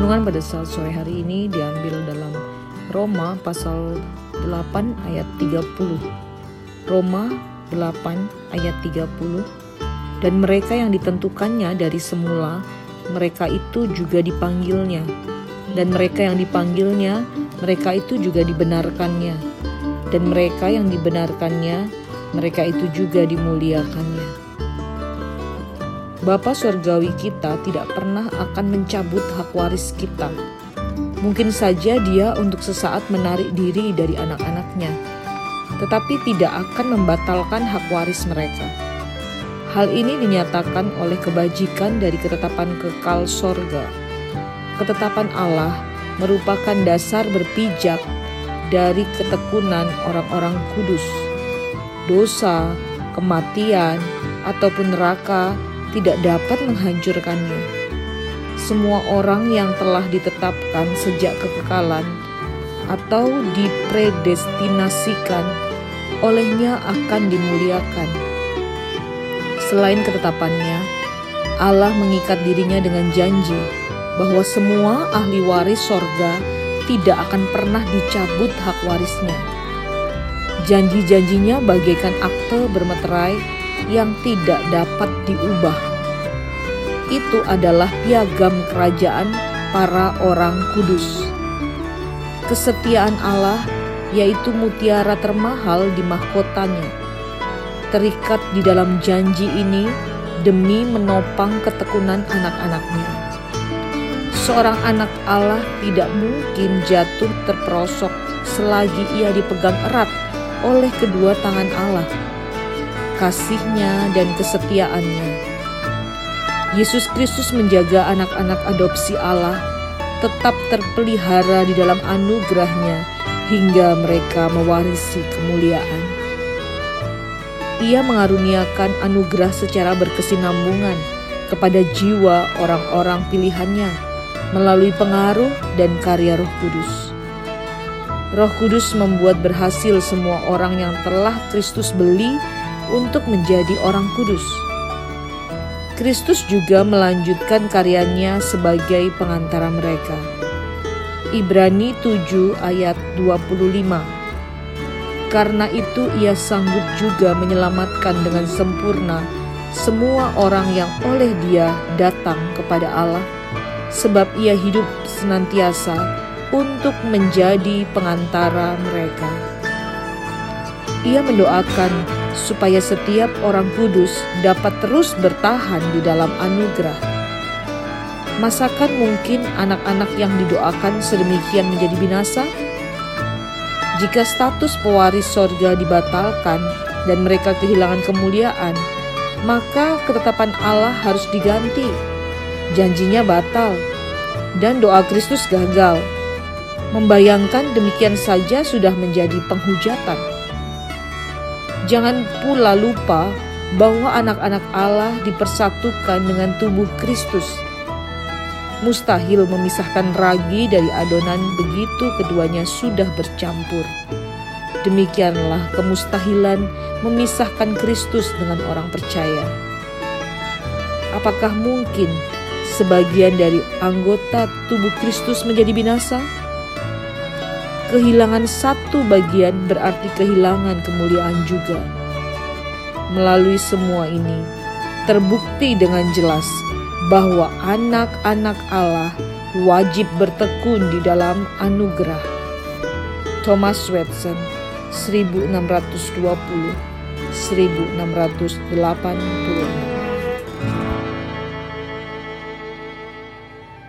Renungan pada saat sore hari ini diambil dalam Roma pasal 8 ayat 30. Roma 8 ayat 30. Dan mereka yang ditentukannya dari semula, mereka itu juga dipanggilnya. Dan mereka yang dipanggilnya, mereka itu juga dibenarkannya. Dan mereka yang dibenarkannya, mereka itu juga dimuliakannya. Bapa Surgawi kita tidak pernah akan mencabut hak waris kita. Mungkin saja Dia untuk sesaat menarik diri dari anak-anaknya, tetapi tidak akan membatalkan hak waris mereka. Hal ini dinyatakan oleh kebajikan dari ketetapan kekal sorga. Ketetapan Allah merupakan dasar berpijak dari ketekunan orang-orang kudus. Dosa, kematian, ataupun neraka tidak dapat menghancurkannya. Semua orang yang telah ditetapkan sejak kekekalan atau dipredestinasikan olehnya akan dimuliakan. Selain ketetapannya, Allah mengikat dirinya dengan janji bahwa semua ahli waris sorga tidak akan pernah dicabut hak warisnya. Janji-janjinya bagaikan akte bermeterai yang tidak dapat diubah. Itu adalah piagam kerajaan para orang kudus. Kesetiaan Allah yaitu mutiara termahal di mahkotanya, terikat di dalam janji ini demi menopang ketekunan anak-anaknya. Seorang anak Allah tidak mungkin jatuh terperosok selagi ia dipegang erat oleh kedua tangan Allah, kasih-Nya dan kesetiaannya. Yesus Kristus menjaga anak-anak adopsi Allah tetap terpelihara di dalam anugerah-Nya hingga mereka mewarisi kemuliaan. Ia mengaruniakan anugerah secara berkesinambungan kepada jiwa orang-orang pilihan-Nya melalui pengaruh dan karya Roh Kudus. Roh Kudus membuat berhasil semua orang yang telah Kristus beli untuk menjadi orang kudus. Kristus juga melanjutkan karyanya sebagai pengantara mereka. Ibrani 7 ayat 25. Karena itu ia sanggup juga menyelamatkan dengan sempurna semua orang yang oleh Dia datang kepada Allah, sebab ia hidup senantiasa untuk menjadi pengantara mereka. Ia mendoakan supaya setiap orang kudus dapat terus bertahan di dalam anugerah. Masakan mungkin anak-anak yang didoakan sedemikian menjadi binasa? Jika status pewaris sorga dibatalkan dan mereka kehilangan kemuliaan, maka ketetapan Allah harus diganti. Janjinya batal dan doa Kristus gagal. Membayangkan demikian saja sudah menjadi penghujatan. Jangan pula lupa bahwa anak-anak Allah dipersatukan dengan tubuh Kristus. Mustahil memisahkan ragi dari adonan begitu keduanya sudah bercampur. Demikianlah kemustahilan memisahkan Kristus dengan orang percaya. Apakah mungkin sebagian dari anggota tubuh Kristus menjadi binasa? Kehilangan satu bagian berarti kehilangan kemuliaan juga. Melalui semua ini, terbukti dengan jelas bahwa anak-anak Allah wajib bertekun di dalam anugerah. Thomas Watson, 1620-1686.